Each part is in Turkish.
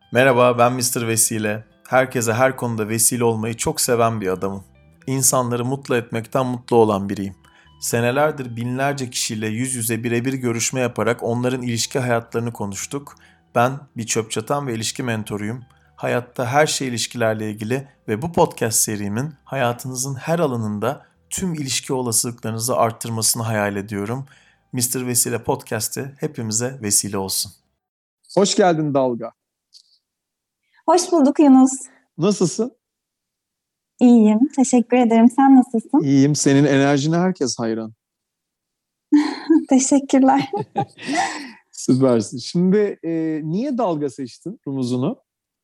Merhaba, ben Mr. Vesile. Herkese her konuda vesile olmayı çok seven bir adamım. İnsanları mutlu etmekten mutlu olan biriyim. Senelerdir binlerce kişiyle yüz yüze birebir görüşme yaparak onların ilişki hayatlarını konuştuk. Ben bir çöp çatan ve ilişki mentoruyum. Hayatta her şey ilişkilerle ilgili ve bu podcast serimin hayatınızın her alanında tüm ilişki olasılıklarınızı arttırmasını hayal ediyorum. Mr. Vesile Podcast'ı hepimize vesile olsun. Hoş geldin Dalga. Hoş bulduk Yunus. Nasılsın? İyiyim, teşekkür ederim. Sen nasılsın? İyiyim. Senin enerjine herkes hayran. Teşekkürler. Süpersin. Şimdi niye Dalga seçtin rumuzunu?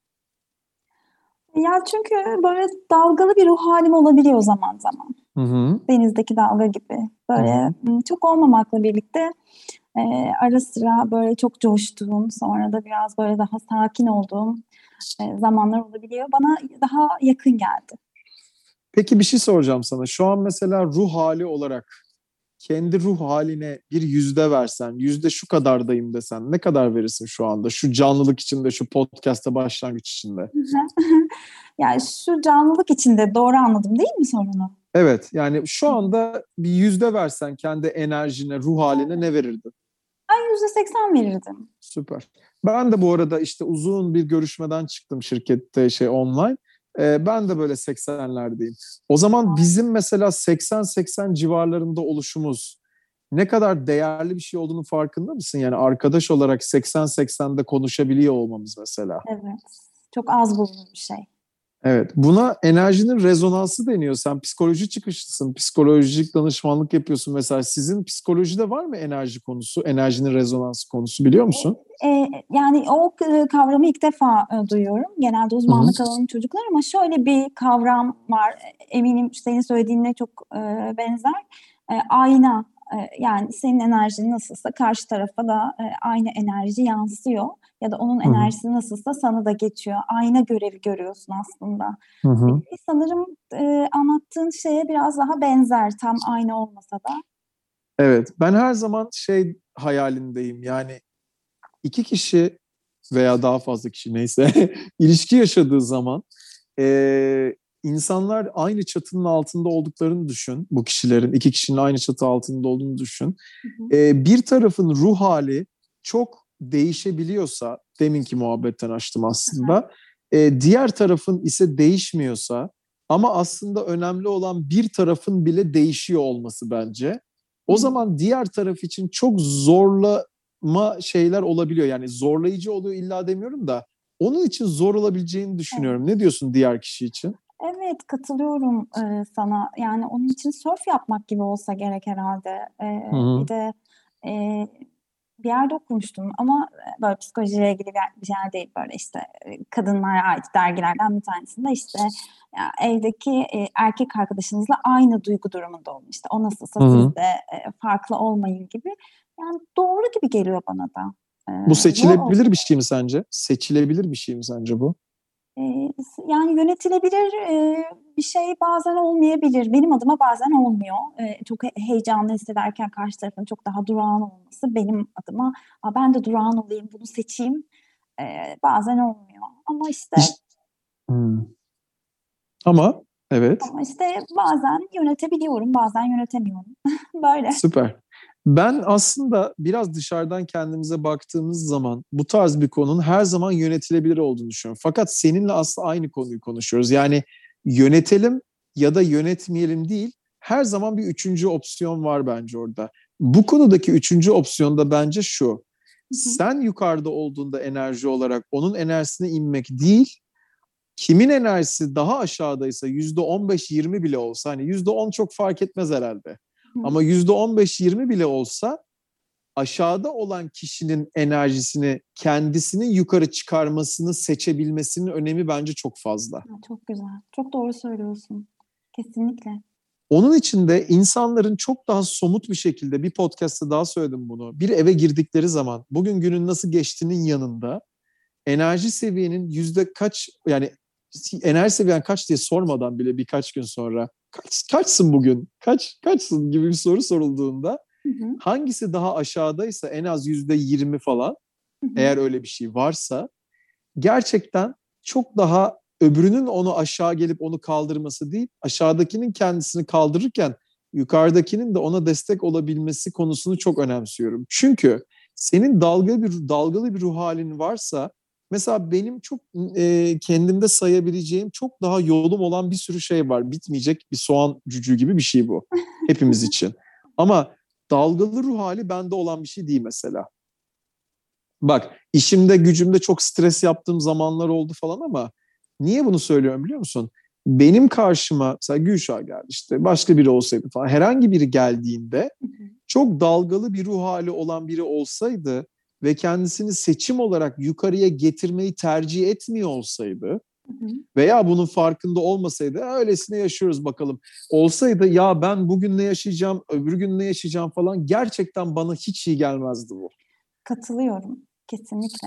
Ya çünkü böyle dalgalı bir ruh halim olabiliyor zaman zaman. Hı. Denizdeki dalga gibi. Böyle çok olmamakla birlikte ara sıra böyle çok coştuğum, sonra da biraz böyle daha sakin olduğum zamanlar olabiliyor. Bana daha yakın geldi. Peki bir şey soracağım sana. Şu an mesela ruh hali olarak kendi ruh haline bir yüzde versen, yüzde şu kadardayım desen ne kadar verirsin şu anda? Şu canlılık içinde, şu podcast'a başlangıç içinde. Yani şu canlılık içinde doğru anladım değil mi sorunu? Evet, yani şu anda bir yüzde versen kendi enerjine, ruh haline ne verirdin? Ben %80 verirdim. Süper. Ben de bu arada işte uzun bir görüşmeden çıktım şirkette online. Ben de böyle 80'lerdeyim. O zaman bizim mesela 80-80 civarlarında oluşumuz ne kadar değerli bir şey olduğunu farkında mısın? Yani arkadaş olarak 80-80'de konuşabiliyor olmamız mesela. Evet. Çok az bulunur bir şey. Evet, buna enerjinin rezonansı deniyor. Sen psikoloji çıkışlısın, psikolojik danışmanlık yapıyorsun. Mesela sizin psikolojide var mı enerji konusu, enerjinin rezonansı konusu biliyor musun? Yani o kavramı ilk defa duyuyorum. Genelde uzmanlık alanım çocuklar ama şöyle bir kavram var. Eminim senin söylediğine çok benzer. Ayna. Yani senin enerjin nasılsa karşı tarafa da aynı enerji yansıyor. Ya da onun enerjisi nasılsa sana da geçiyor. Ayna görevi görüyorsun aslında. Sanırım anlattığın şeye biraz daha benzer. Tam aynı olmasa da. Evet, ben her zaman hayalindeyim. Yani iki kişi veya daha fazla kişi neyse ilişki yaşadığı zaman insanlar aynı çatının altında olduklarını düşün. Bu kişilerin iki kişinin aynı çatı altında olduğunu düşün. Bir tarafın ruh hali çok değişebiliyorsa, deminki muhabbetten açtım aslında. Diğer tarafın ise değişmiyorsa ama aslında önemli olan bir tarafın bile değişiyor olması bence. O zaman diğer taraf için çok zorlama şeyler olabiliyor. Yani zorlayıcı oluyor illa demiyorum da onun için zor olabileceğini düşünüyorum. Ne diyorsun diğer kişi için? Evet, katılıyorum sana. Yani onun için sörf yapmak gibi olsa gerek herhalde. Bir de bir yerde okumuştum ama böyle psikolojiyle ilgili bir şey değil. Böyle işte kadınlara ait dergilerden bir tanesinde işte ya, evdeki erkek arkadaşınızla aynı duygu durumunda olun. İşte o nasılsa siz de farklı olmayın gibi. Yani doğru gibi geliyor bana da. Bu seçilebilir bir şey mi sence? Seçilebilir bir şey mi sence bu? Yani yönetilebilir bir şey bazen olmayabilir. Benim adıma bazen olmuyor. Çok heyecanlı hissederken karşı tarafın çok daha durağan olması benim adıma ben de durağan olayım, bunu seçeyim. Bazen olmuyor. Ama işte Ama evet. ama işte bazen yönetebiliyorum, bazen yönetemiyorum. Böyle. Süper. Ben aslında biraz dışarıdan kendimize baktığımız zaman bu tarz bir konunun her zaman yönetilebilir olduğunu düşünüyorum. Fakat seninle aslında aynı konuyu konuşuyoruz. Yani yönetelim ya da yönetmeyelim değil, her zaman bir üçüncü opsiyon var bence orada. Bu konudaki üçüncü opsiyon da bence şu. Sen yukarıda olduğunda enerji olarak onun enerjisine inmek değil, kimin enerjisi daha aşağıdaysa %15-20 bile olsa, hani %10 çok fark etmez herhalde. Ama %15-20 bile olsa aşağıda olan kişinin enerjisini kendisinin yukarı çıkarmasını seçebilmesinin önemi bence çok fazla. Çok güzel. Çok doğru söylüyorsun. Kesinlikle. Onun için de insanların çok daha somut bir şekilde bir podcast'ta daha söyledim bunu. Bir eve girdikleri zaman bugün günün nasıl geçtiğinin yanında enerji seviyenin yüzde kaç yani enerji seviyen kaç diye sormadan bile birkaç gün sonra kaçsın bugün kaçsın gibi bir soru sorulduğunda hangisi daha aşağıdaysa en az %20 falan eğer öyle bir şey varsa gerçekten çok daha öbürünün onu aşağı gelip onu kaldırması değil, aşağıdakinin kendisini kaldırırken yukarıdakinin de ona destek olabilmesi konusunu çok önemsiyorum. Çünkü senin dalgalı bir ruh halin varsa, mesela benim çok kendimde sayabileceğim çok daha yolum olan bir sürü şey var. Bitmeyecek bir soğan cücüğü gibi bir şey bu hepimiz için. Ama dalgalı ruh hali bende olan bir şey değil mesela. Bak, işimde gücümde çok stres yaptığım zamanlar oldu falan ama niye bunu söylüyorum biliyor musun? Benim karşıma mesela Gülşah geldi, işte başka biri olsaydı falan, herhangi biri geldiğinde çok dalgalı bir ruh hali olan biri olsaydı ve kendisini seçim olarak yukarıya getirmeyi tercih etmiyor olsaydı veya bunun farkında olmasaydı, öylesine yaşıyoruz bakalım olsaydı, ya ben bugün ne yaşayacağım, öbür gün ne yaşayacağım falan, gerçekten bana hiç iyi gelmezdi bu. Katılıyorum. Kesinlikle.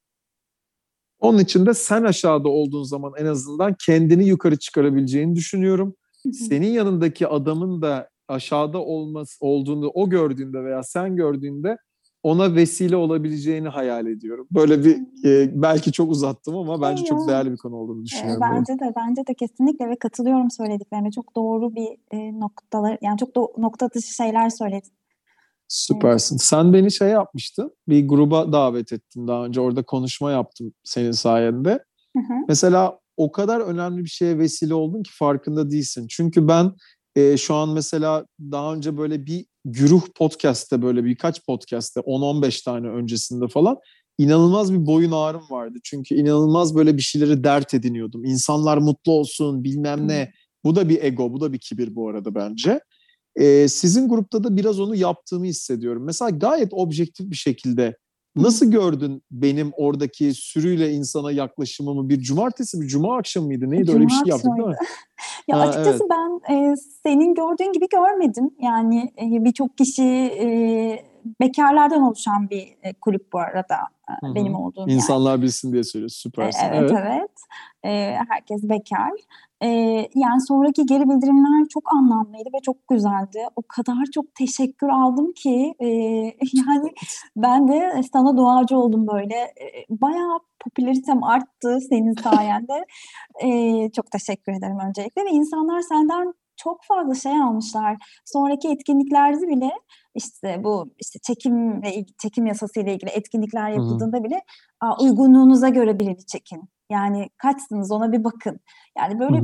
Onun için de sen aşağıda olduğun zaman en azından kendini yukarı çıkarabileceğini düşünüyorum. Senin yanındaki adamın da aşağıda olduğunda, o gördüğünde veya sen gördüğünde ona vesile olabileceğini hayal ediyorum. Böyle bir belki çok uzattım ama bence çok değerli bir konu olduğunu düşünüyorum. Bence de kesinlikle ve katılıyorum söylediklerine. Çok doğru bir noktalar, yani çok nokta atışı şeyler söyledin. Süpersin. Sen beni şey yapmıştın, bir gruba davet ettin daha önce. Orada konuşma yaptım senin sayende. Mesela o kadar önemli bir şeye vesile oldun ki farkında değilsin. Çünkü ben şu an mesela daha önce böyle bir güruh podcast'te, böyle birkaç podcast'te 10-15 tane öncesinde falan inanılmaz bir boyun ağrım vardı. Çünkü inanılmaz böyle bir şeyleri dert ediniyordum. İnsanlar mutlu olsun bilmem ne. Bu da bir ego, bu da bir kibir bu arada bence. Sizin grupta da biraz onu yaptığımı hissediyorum. Mesela gayet objektif bir şekilde nasıl gördün benim oradaki sürüyle insana yaklaşımımı? Bir cumartesi, bir cuma akşamı mıydı? Neydi? Öyle bir şey yaptık değil mi? Ya açıkçası Evet. ben senin gördüğün gibi görmedim. Yani birçok kişi bekarlardan oluşan bir kulüp bu arada, benim olduğum yer. İnsanlar bilsin diye söylüyorsun. Süpersin. Evet. Herkes bekar. Yani sonraki geri bildirimler çok anlamlıydı ve çok güzeldi. O kadar çok teşekkür aldım ki yani ben de sana duacı oldum böyle. Bayağı popülaritem arttı senin sayende. Çok teşekkür ederim öncelikle ve insanlar senden çok fazla şey almışlar. Sonraki etkinliklerde bile işte bu çekim yasası ile ilgili etkinlikler yapıldığında bile uygunluğunuza göre birini çekin. Yani kaçsınız ona bir bakın. Yani böyle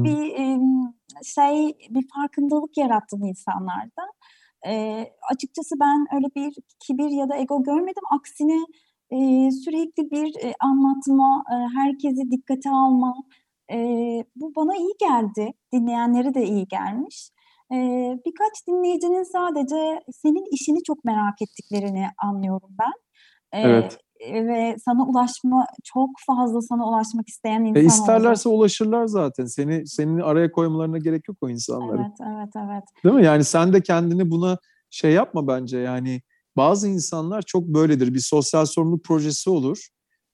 bir farkındalık yarattın insanlarda. Açıkçası ben öyle bir kibir ya da ego görmedim. Aksine sürekli bir anlatma, herkesi dikkate alma. Bu bana iyi geldi. Dinleyenlere de iyi gelmiş. Birkaç dinleyicinin sadece senin işini çok merak ettiklerini anlıyorum ben. Evet. Ve çok fazla sana ulaşmak isteyen insan oldu. İsterlerse ulaşırlar zaten. Senin araya koymalarına gerek yok o insanların. Evet. Değil mi? Yani sen de kendini buna şey yapma bence. Yani bazı insanlar çok böyledir. Bir sosyal sorumluluk projesi olur.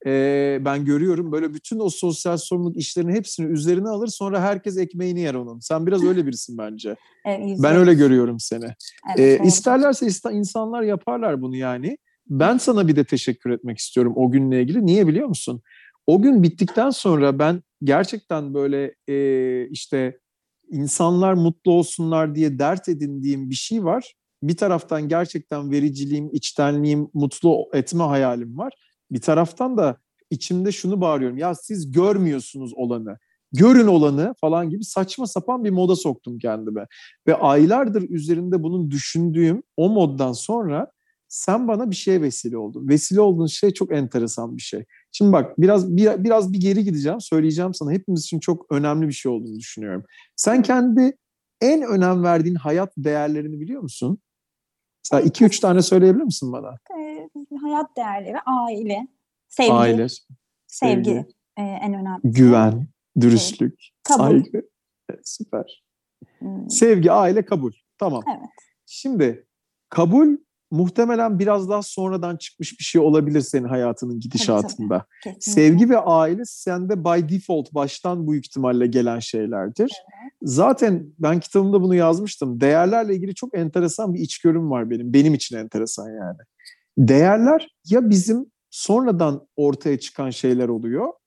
Ben görüyorum böyle bütün o sosyal sorumluluk işlerinin hepsini üzerine alır. Sonra herkes ekmeğini yer onun. Sen biraz öyle birisin bence. Ben öyle görüyorum seni. Evet, İsterlerse insanlar yaparlar bunu yani. Ben sana bir de teşekkür etmek istiyorum o günle ilgili. Niye biliyor musun? O gün bittikten sonra ben gerçekten böyle işte insanlar mutlu olsunlar diye dert edindiğim bir şey var. Bir taraftan gerçekten vericiliğim, içtenliğim, mutlu etme hayalim var. Bir taraftan da içimde şunu bağırıyorum. Ya siz görmüyorsunuz olanı. Görün olanı falan gibi saçma sapan bir moda soktum kendime. Ve aylardır üzerinde bunun düşündüğüm o moddan sonra sen bana bir şeye vesile oldun. Vesile olduğun şey çok enteresan bir şey. Şimdi bak biraz bir geri gideceğim. Söyleyeceğim sana, hepimiz için çok önemli bir şey olduğunu düşünüyorum. Sen kendi en önem verdiğin hayat değerlerini biliyor musun? Mesela 2-3 tane söyleyebilir misin bana? Hayat değerleri, aile, sevgi. Aile, sevgi en önemlisi. Güven, dürüstlük, saygı. Süper. Sevgi, aile, kabul. Tamam. Evet. Şimdi kabul muhtemelen biraz daha sonradan çıkmış bir şey olabilir senin hayatının gidişatında. Tabii. Sevgi ve aile sende by default baştan büyük ihtimalle gelen şeylerdir. Evet. Zaten ben kitabımda bunu yazmıştım. Değerlerle ilgili çok enteresan bir içgörüm var benim. Benim için enteresan yani. Değerler ya bizim sonradan ortaya çıkan şeyler oluyor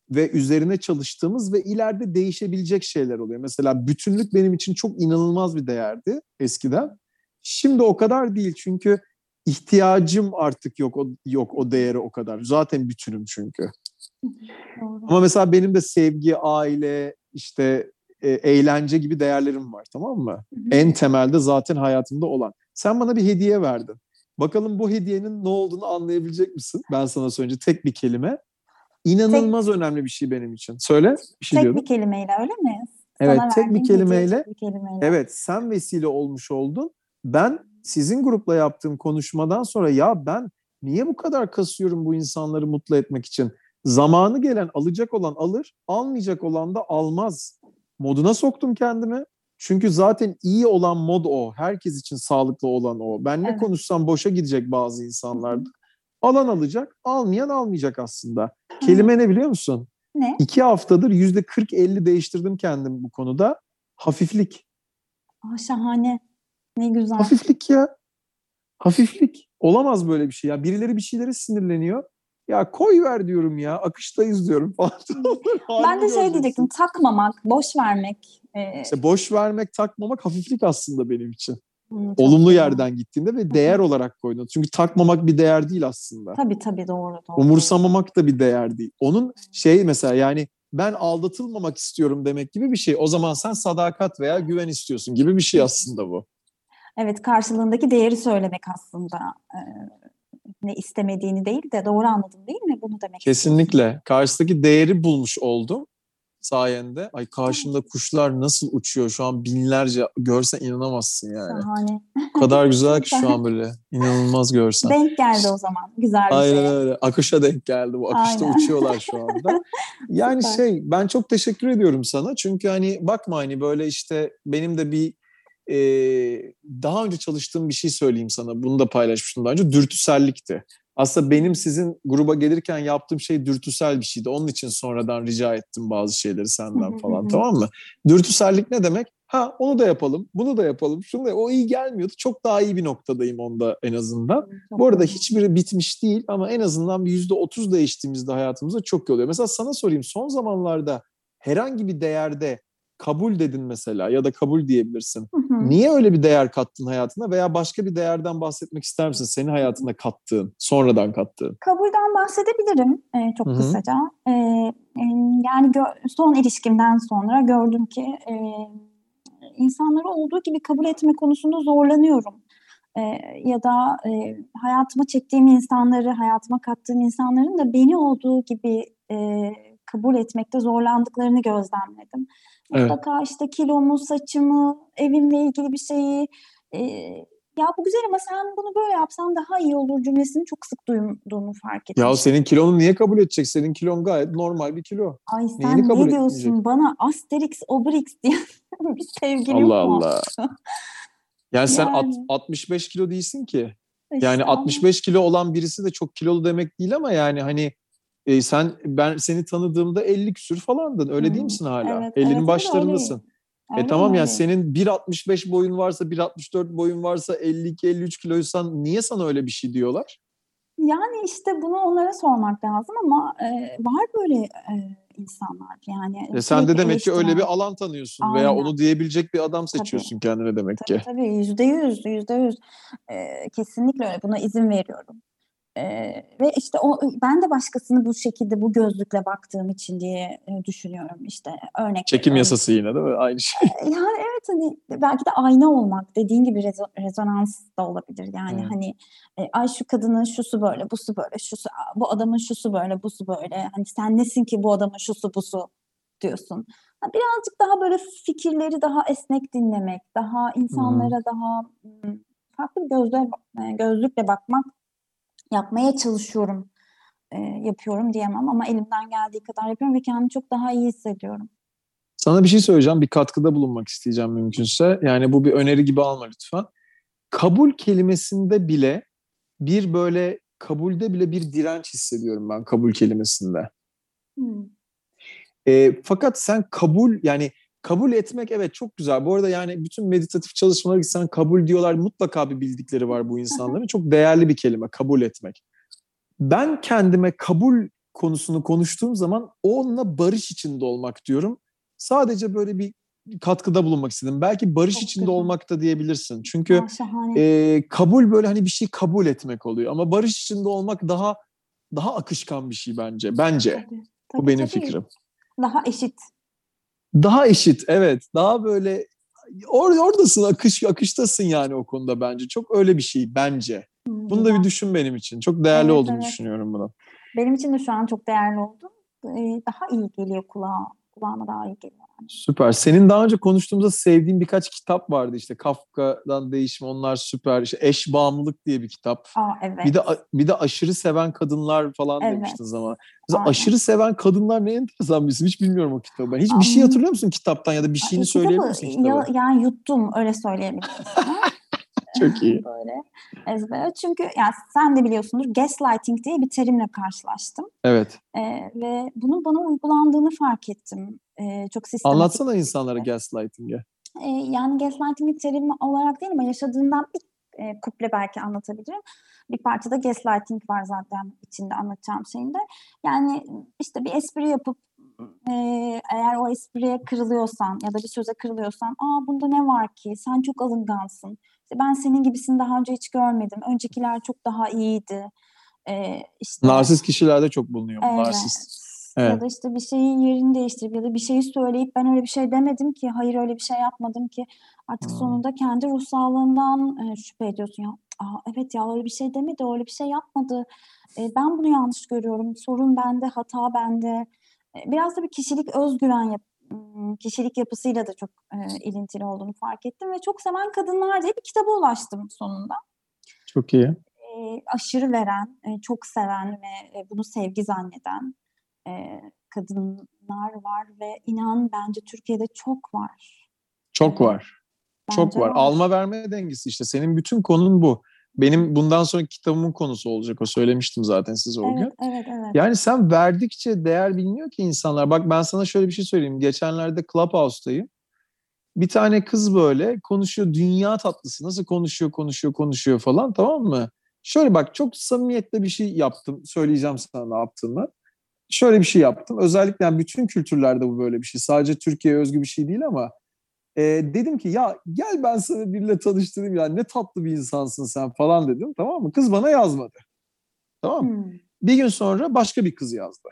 ve üzerine çalıştığımız ve ileride değişebilecek şeyler oluyor. Mesela bütünlük benim için çok inanılmaz bir değerdi eskiden. Şimdi o kadar değil çünkü ihtiyacım artık yok o değere o kadar. Zaten bütünüm çünkü. Doğru. Ama mesela benim de sevgi, aile, işte eğlence gibi değerlerim var, tamam mı? En temelde zaten hayatımda olan. Sen bana bir hediye verdin. Bakalım bu hediyenin ne olduğunu anlayabilecek misin? Ben sana söyleyince tek bir kelime. İnanılmaz önemli bir şey benim için. Söyle, bir şey Tek diyordun. bir kelimeyle öyle mi? Evet, Sana tek bir verdiğim hediye kelimeyle. tek bir kelimeyle. Evet, sen vesile olmuş oldun. Ben sizin grupla yaptığım konuşmadan sonra ya ben niye bu kadar kasıyorum bu insanları mutlu etmek için? Zamanı gelen alacak olan alır, almayacak olan da almaz. Moduna soktum kendimi. Çünkü zaten iyi olan mod o. Herkes için sağlıklı olan o. Ben ne Evet. konuşsam boşa gidecek bazı insanlarda. Alan alacak, almayan almayacak aslında. Kelime ne biliyor musun? Ne? 2 haftadır %40-50 değiştirdim kendim bu konuda. Hafiflik. Şahane. Ne güzel. Hafiflik ya. Hafiflik. Olamaz böyle bir şey ya. Birileri bir şeylere sinirleniyor. Ya koy ver diyorum ya. Akıştayız diyorum falan. Ben de şey diyecektim. Takmamak, boş vermek. İşte boş vermek, takmamak hafiflik aslında benim için. Çok Olumlu güzel. yerden gittiğinde ve değer olarak koyduğunda. Çünkü takmamak bir değer değil aslında. Tabii doğru. Umursamamak da bir değer değil. Onun mesela yani ben aldatılmamak istiyorum demek gibi bir şey. O zaman sen sadakat veya güven istiyorsun gibi bir şey aslında bu. Evet, karşılığındaki değeri söylemek aslında. Ne istemediğini değil de doğru anladın değil mi? Bunu demek Kesinlikle. Karşıdaki değeri bulmuş oldum sayende. Ay karşımda kuşlar nasıl uçuyor şu an binlerce. Görsen inanamazsın yani. Şahane. O kadar güzel ki şu an böyle. İnanılmaz görsen. Denk geldi o zaman. Güzel bir Aynen şeye. öyle. Akışa denk geldi. Bu akışta Aynen. uçuyorlar şu anda. Yani Süper. ben çok teşekkür ediyorum sana. Çünkü hani bakma hani böyle işte benim de bir daha önce çalıştığım bir şey söyleyeyim sana. Bunu da paylaşmıştım daha önce. Dürtüsellikti. Aslında benim sizin gruba gelirken yaptığım şey dürtüsel bir şeydi. Onun için sonradan rica ettim bazı şeyleri senden falan, tamam mı? Dürtüsellik ne demek? Ha onu da yapalım, bunu da yapalım. Şunu da, o iyi gelmiyordu. Çok daha iyi bir noktadayım onda en azından. Çok Bu arada güzel. hiçbiri bitmiş değil ama en azından bir %30 değiştiğimizde hayatımızda çok iyi oluyor. Mesela sana sorayım, son zamanlarda herhangi bir değerde kabul dedin mesela ya da kabul diyebilirsin. Niye öyle bir değer kattın hayatına veya başka bir değerden bahsetmek ister misin? Senin hayatına kattığın, sonradan kattığın. Kabulden bahsedebilirim çok Hı-hı. kısaca. Yani son ilişkimden sonra gördüm ki insanları olduğu gibi kabul etme konusunda zorlanıyorum. Ya da hayatıma çektiğim insanları, hayatıma kattığım insanların da beni olduğu gibi kabul etmekte zorlandıklarını gözlemledim. Evet. Mutlaka işte kilomu, saçımı, evimle ilgili bir şeyi ya bu güzel ama sen bunu böyle yapsan daha iyi olur cümlesini çok sık duyduğumu fark etmiştim. Ya senin kilonu niye kabul edecek? Senin kilon gayet normal bir kilo. Ay Neyini sen kabul ne diyorsun etmeyecek? bana Asterix, Obelix diye bir sevgilim Allah mu? Allah. Yani sen Yani 65 kilo değilsin ki. işte Yani ama 65 kilo olan birisi de çok kilolu demek değil ama yani hani ben seni tanıdığımda 50 küsür falandın. Öyle değil misin hala? evet 50'nin evet başlarındasın. öyleyim Tamam yani öyleyim. senin 1.65 boyun varsa, 1.64 boyun varsa, 52-53 kiloysan niye sana öyle bir şey diyorlar? Yani işte bunu onlara sormak lazım ama var böyle insanlar yani Sen de sürekli demek ki öyle eleştiren. bir alan tanıyorsun veya Aynen. onu diyebilecek bir adam Tabii. seçiyorsun kendine demek ki. Tabii %100 kesinlikle öyle. Buna izin veriyorum. Ve işte ben de başkasını bu şekilde bu gözlükle baktığım için diye düşünüyorum. İşte örnek Çekim veriyorum. yasası yine değil mi? Aynı şey. Yani evet hani belki de ayna olmak dediğin gibi rezonans da olabilir. Yani hani ay şu kadının şusu böyle, busu böyle, şusu bu adamın şusu böyle, busu böyle. Hani sen nesin ki bu adamın şusu busu diyorsun. Birazcık daha böyle fikirleri daha esnek dinlemek, daha insanlara daha farklı bir gözlükle bakmak yapmaya çalışıyorum. Yapıyorum diyemem ama elimden geldiği kadar yapıyorum ve kendimi çok daha iyi hissediyorum. Sana bir şey söyleyeceğim. Bir katkıda bulunmak isteyeceğim mümkünse. Yani bu bir öneri gibi alma lütfen. Kabul kelimesinde bile kabulde bile bir direnç hissediyorum ben kabul kelimesinde. Fakat sen kabul etmek evet çok güzel. Bu arada yani bütün meditatif çalışmalara gitsen kabul diyorlar. Mutlaka bir bildikleri var bu insanların. Çok değerli bir kelime kabul etmek. Ben kendime kabul konusunu konuştuğum zaman onunla barış içinde olmak diyorum. Sadece böyle bir katkıda bulunmak istedim. Belki barış Çok içinde güzel. olmak da diyebilirsin. Çünkü Şahane. kabul böyle hani bir şey kabul etmek oluyor. Ama barış içinde olmak daha akışkan bir şey bence. Bence. Tabii. Bu Tabii benim tabii. fikrim. Daha eşit. Daha eşit, evet. Daha böyle oradasın, akıştasın yani o konuda bence. Çok öyle bir şey bence. Bunu da Güzel. bir düşün benim için. Çok değerli Evet, olduğunu evet. düşünüyorum bunu. Benim için de şu an çok değerli oldu. Daha iyi geliyor kulağa. Kulağıma daha iyi geliyor. Süper. Senin daha önce konuştuğumuzda sevdiğin birkaç kitap vardı işte. Kafka'dan Değişim, onlar süper. İşte Eş Bağımlılık diye bir kitap. Evet. Bir de Aşırı Seven Kadınlar falan Evet. demiştiniz ama. Mesela Aynen. Aşırı Seven Kadınlar ne enteresan bir isim. Hiç bilmiyorum o kitabı ben. Hiç bir şey hatırlıyor musun kitaptan ya da bir şeyini söyleyebilir misin kitabı? Yani yuttum, öyle söyleyebilirim sana. Çok iyi. Böyle ezbere. Çünkü yani sen de biliyorsundur, gaslighting diye bir terimle karşılaştım. Evet. Ve bunun bana uygulandığını fark ettim. Çok sistematik. Anlatsana insanlara gaslighting'i. Yani gaslighting bir terim olarak değil ama yaşadığımdan bir kuple belki anlatabilirim. Bir parçada gaslighting var zaten içinde, anlatacağım şeyinde. Yani işte bir espri yapıp eğer o espriye kırılıyorsan ya da bir söze kırılıyorsan, bunda ne var ki, sen çok alıngansın, İşte ben senin gibisini daha önce hiç görmedim, öncekiler çok daha iyiydi. İşte Narsist kişilerde çok bulunuyor bu. evet. Narsist. Ya Evet. da işte bir şeyin yerini değiştirip ya da bir şeyi söyleyip ben öyle bir şey demedim ki, hayır öyle bir şey yapmadım ki, artık sonunda kendi ruh sağlığından şüphe ediyorsun. Ya evet ya, öyle bir şey demedi, öyle bir şey yapmadı. Ben bunu yanlış görüyorum. Sorun bende, hata bende. Biraz da bir kişilik yapısıyla da çok ilintili olduğunu fark ettim ve Çok Seven Kadınlar diye bir kitaba ulaştım sonunda. Çok iyi. Aşırı veren, çok seven ve bunu sevgi zanneden kadınlar var ve inan bence Türkiye'de çok var. Çok Evet, var. Çok bence var. var. Alma verme dengesi işte. Senin bütün konun bu. Benim bundan sonraki kitabımın konusu olacak. O söylemiştim zaten size o gün. Evet. Yani sen verdikçe değer bilmiyor ki insanlar. Bak ben sana şöyle bir şey söyleyeyim. Geçenlerde Clubhouse'tayım. Bir tane kız böyle konuşuyor. Dünya tatlısı. Nasıl konuşuyor falan, tamam mı? Şöyle bak, çok samimiyetle bir şey yaptım. Söyleyeceğim sana ne yaptığımı. Şöyle bir şey yaptım. Özellikle yani bütün kültürlerde bu böyle bir şey. Sadece Türkiye'ye özgü bir şey değil ama dedim ki ya gel ben seni biriyle tanıştırayım ya, ne tatlı bir insansın sen falan dedim, tamam mı? Kız bana yazmadı. Tamam mı? Bir gün sonra başka bir kız yazdı.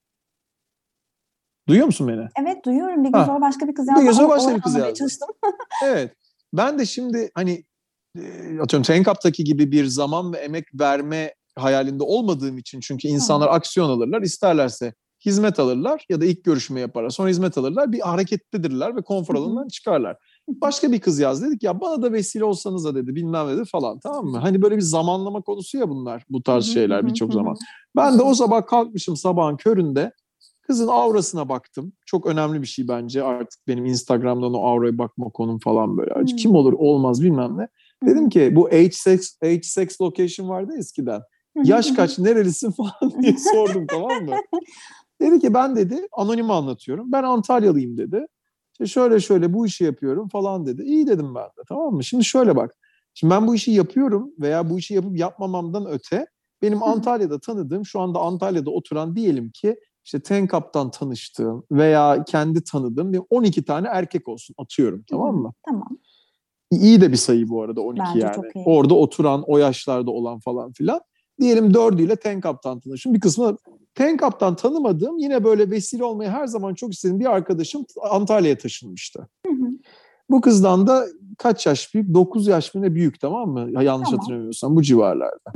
Duyuyor musun beni? Evet, duyuyorum. Bir gün sonra Ha. başka bir kız Bir gün yazdı. sonra Ama başka onu bir kız anlamaya yazdı. çalıştım. Evet. Ben de şimdi hani atıyorum Tenkap'taki gibi bir zaman ve emek verme hayalinde olmadığım için, çünkü insanlar aksiyon alırlar, isterlerse hizmet alırlar ya da ilk görüşme yaparlar, sonra hizmet alırlar, bir harekettedirler ve konfor alanından çıkarlar. Başka bir kız yazdı, dedik ya bana da vesile olsanız da dedi, bilmem dedi falan, tamam mı? Hani böyle bir zamanlama konusu ya bunlar, bu tarz şeyler birçok zaman. Ben de o sabah kalkmışım sabahın köründe, kızın aurasına baktım. Çok önemli bir şey bence artık benim Instagram'dan o auraya bakma konum falan böyle. Kim olur olmaz bilmem ne. Dedim ki bu age sex location vardı eskiden. Yaş kaç, nerelisin falan diye sordum, tamam mı? Dedi ki ben dedi anonim anlatıyorum. Ben Antalyalıyım dedi. İşte şöyle bu işi yapıyorum falan dedi. İyi dedim ben de, tamam mı? Şimdi şöyle bak. Şimdi ben bu işi yapıyorum veya bu işi yapıp yapmamamdan öte benim Antalya'da tanıdığım, şu anda Antalya'da oturan, diyelim ki işte Tenkap'tan tanıştığım veya kendi tanıdığım bir 12 tane erkek olsun atıyorum, tamam mı? Tamam. İyi de bir sayı bu arada 12 Bence yani. çok iyi. Orada oturan, o yaşlarda olan falan filan. Diyelim 4'üyle Tenkap'tan tanıştım. Bir kısmı Tenkap'tan tanımadığım, yine böyle vesile olmayı her zaman çok istediğim bir arkadaşım Antalya'ya taşınmıştı. Bu kızdan da kaç yaş büyük? 9 yaş mı ne büyük, tamam mı? Yanlış hatırlamıyorsam bu civarlarda.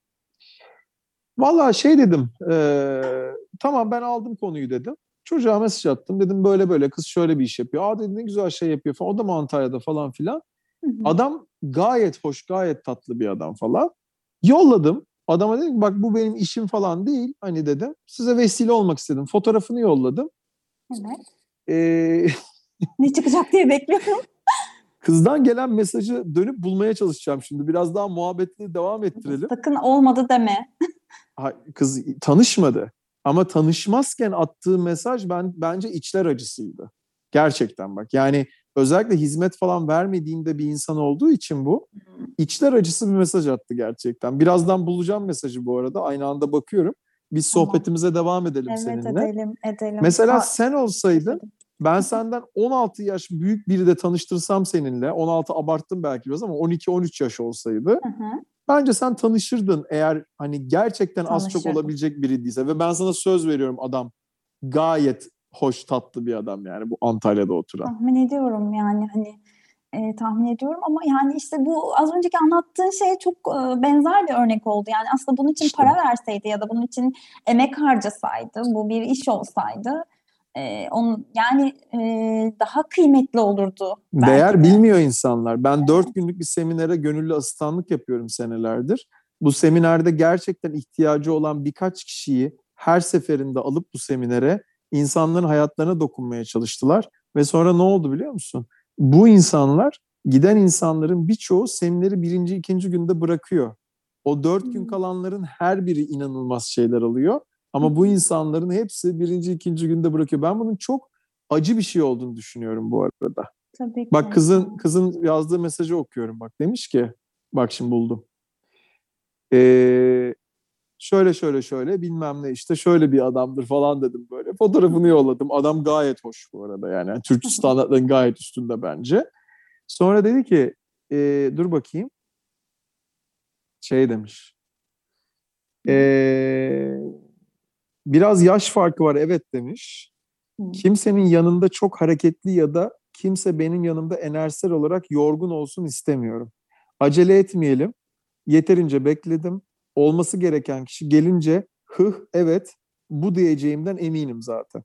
Vallahi şey dedim, tamam ben aldım konuyu dedim. Çocuğa mesaj attım. Dedim böyle kız şöyle bir iş yapıyor. Dedi ne güzel şey yapıyor falan. O da mı Antalya'da falan filan. Adam gayet hoş, gayet tatlı bir adam falan. Yolladım. Adama dedim bak bu benim işim falan değil. Hani dedim size vesile olmak istedim. Fotoğrafını yolladım. Evet. Ne çıkacak diye bekliyorum. Kızdan gelen mesajı dönüp bulmaya çalışacağım şimdi. Biraz daha muhabbetli devam ettirelim. Sakın olmadı deme. Kız tanışmadı. Ama tanışmazken attığı mesaj bence içler acısıydı. Gerçekten bak. Yani özellikle hizmet falan vermediğinde bir insan olduğu için bu. İçler acısı bir mesaj attı gerçekten. Birazdan bulacağım mesajı bu arada. Aynı anda bakıyorum. Biz Tamam. sohbetimize devam edelim Evet, seninle. edelim. Mesela sen olsaydın, Edelim. ben senden 16 yaş büyük biri de tanıştırsam seninle, 16 abarttım belki biraz ama 12-13 yaş olsaydı, Hı hı. bence sen tanışırdın eğer hani gerçekten az çok Tanışırdım. olabilecek biri değilse. Ve ben sana söz veriyorum, adam gayet hoş, tatlı bir adam yani, bu Antalya'da oturan. Tahmin ediyorum yani hani tahmin ediyorum ama yani işte bu az önceki anlattığın şeye çok benzer bir örnek oldu. Yani aslında bunun için İşte. para verseydi ya da bunun için emek harcasaydı, bu bir iş olsaydı onun yani daha kıymetli olurdu belki Değer de. bilmiyor insanlar. Ben 4 günlük bir seminere gönüllü asistanlık yapıyorum senelerdir. Bu seminerde gerçekten ihtiyacı olan birkaç kişiyi her seferinde alıp bu seminere insanların hayatlarına dokunmaya çalıştılar. Ve sonra ne oldu biliyor musun? Bu insanlar, giden insanların birçoğu semineri birinci, ikinci günde bırakıyor. O 4 gün kalanların her biri inanılmaz şeyler alıyor. Ama bu insanların hepsi birinci, ikinci günde bırakıyor. Ben bunun çok acı bir şey olduğunu düşünüyorum bu arada. Tabii ki. Bak kızın yazdığı mesajı okuyorum bak. Demiş ki, bak şimdi buldum. Şöyle bilmem ne işte şöyle bir adamdır falan dedim böyle. Fotoğrafını yolladım. Adam gayet hoş bu arada yani. Türk standartlarının gayet üstünde bence. Sonra dedi ki dur bakayım. Şey demiş. Biraz yaş farkı var evet demiş. Kimsenin yanında çok hareketli ya da kimse benim yanımda enerjisel olarak yorgun olsun istemiyorum. Acele etmeyelim. Yeterince bekledim. Olması gereken kişi gelince evet bu diyeceğimden eminim zaten.